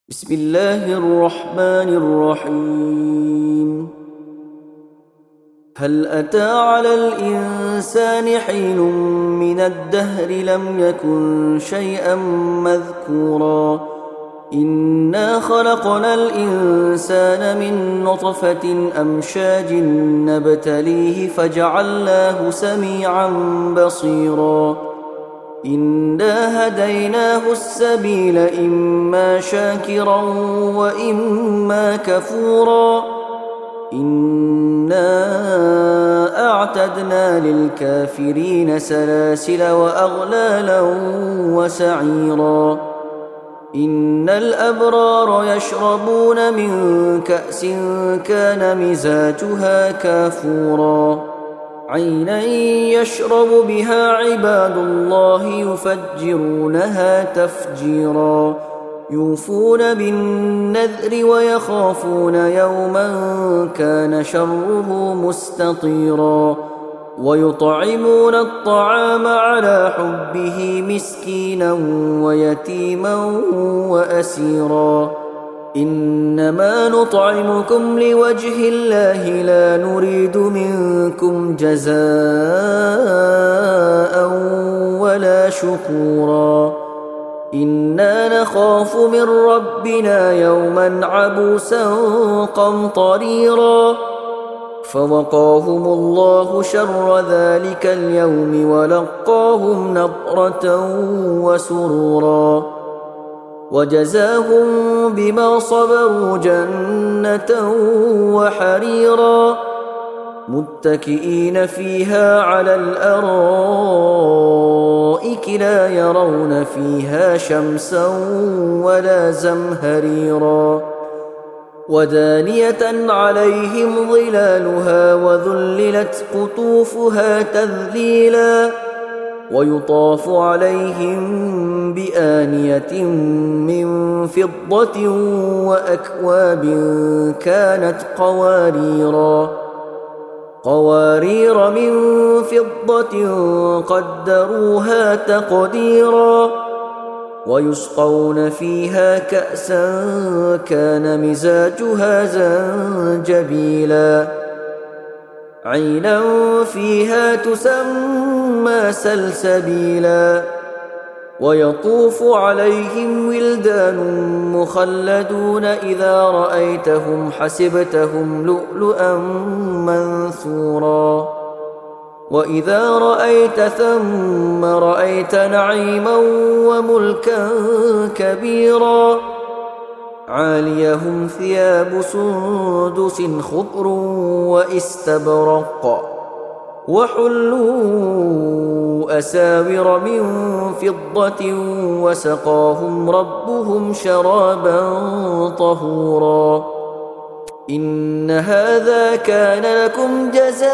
بسم الله الرحمن الرحيم. هل أتى على الإنسان حين من الدهر لم يكن شيئا مذكورا إنا خلقنا الإنسان من نطفة أمشاج نبتليه فجعلناه سميعا بصيرا إنا هديناه السبيل إما شاكرا وإما كفورا إنا أعتدنا للكافرين سلاسل وأغلالا وسعيرا إن الأبرار يشربون من كأس كان مزاجها كافورا عينا يشرب بها عباد الله يفجرونها تفجيرا يوفون بالنذر ويخافون يوما كان شره مستطيرا ويطعمون الطعام على حبه مسكينا ويتيما وأسيرا إنما نطعمكم لوجه الله لا نريد منكم جزاء ولا شكورا إنا نخاف من ربنا يوما عبوسا قمطريرا فوقاهم الله شر ذلك اليوم ولقاهم نضرة وسرورا وجزاهم بما صبروا جنة وحريرا متكئين فيها على الأرائك لا يرون فيها شمسا ولا زمهريرا ودانية عليهم ظلالها وذللت قطوفها تذليلا ويطاف عليهم بآنية من فضة وأكواب كانت قوارير من فضة قدروها تقديرا ويسقون فيها كأسا كان مزاجها زنجبيلا عينا فيها تسمى سلسبيلا ويطوف عليهم ولدان مخلدون إذا رأيتهم حسبتهم لؤلؤا منثورا وإذا رأيت ثم رأيت نعيما وملكا كبيرا عاليهم ثياب سندس خضر واستبرق وحلوا أساور من فضة وسقاهم ربهم شرابا طهورا إن هذا كان لكم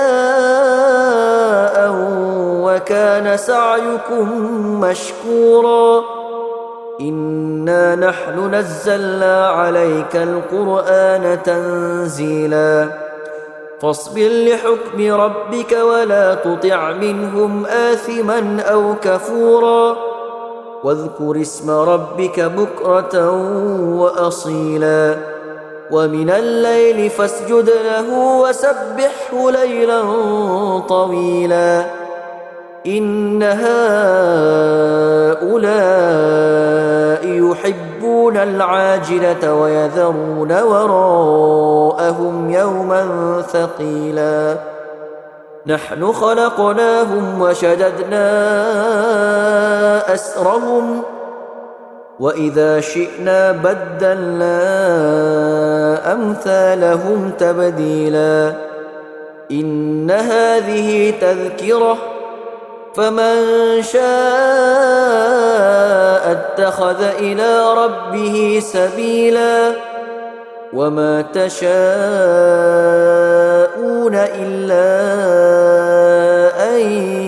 جزاء وكان سعيكم مشكورا إنا نحن نزلنا عليك القرآن تنزيلا فاصبر لحكم ربك ولا تطع منهم آثما أو كفورا واذكر اسم ربك بكرة وأصيلا ومن الليل فاسجد له وسبحه ليلا طويلا إن هؤلاء يحبون العاجلة ويذرون وراءهم يوما ثقيلا نحن خلقناهم وشددنا أسرهم وإذا شئنا بدلنا أمثالهم تبديلا إن هذه تذكرة فمن شاء اتخذ إلى ربه سبيلا وما تشاءون إلا أن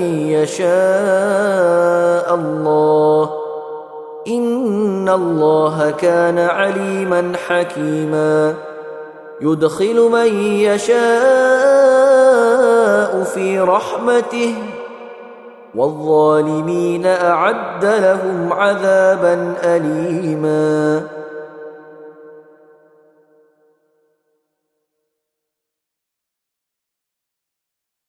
يشاء الله إن الله كان عليما حكيما يدخل من يشاء في رحمته والظالمين أعد لهم عذابا أليما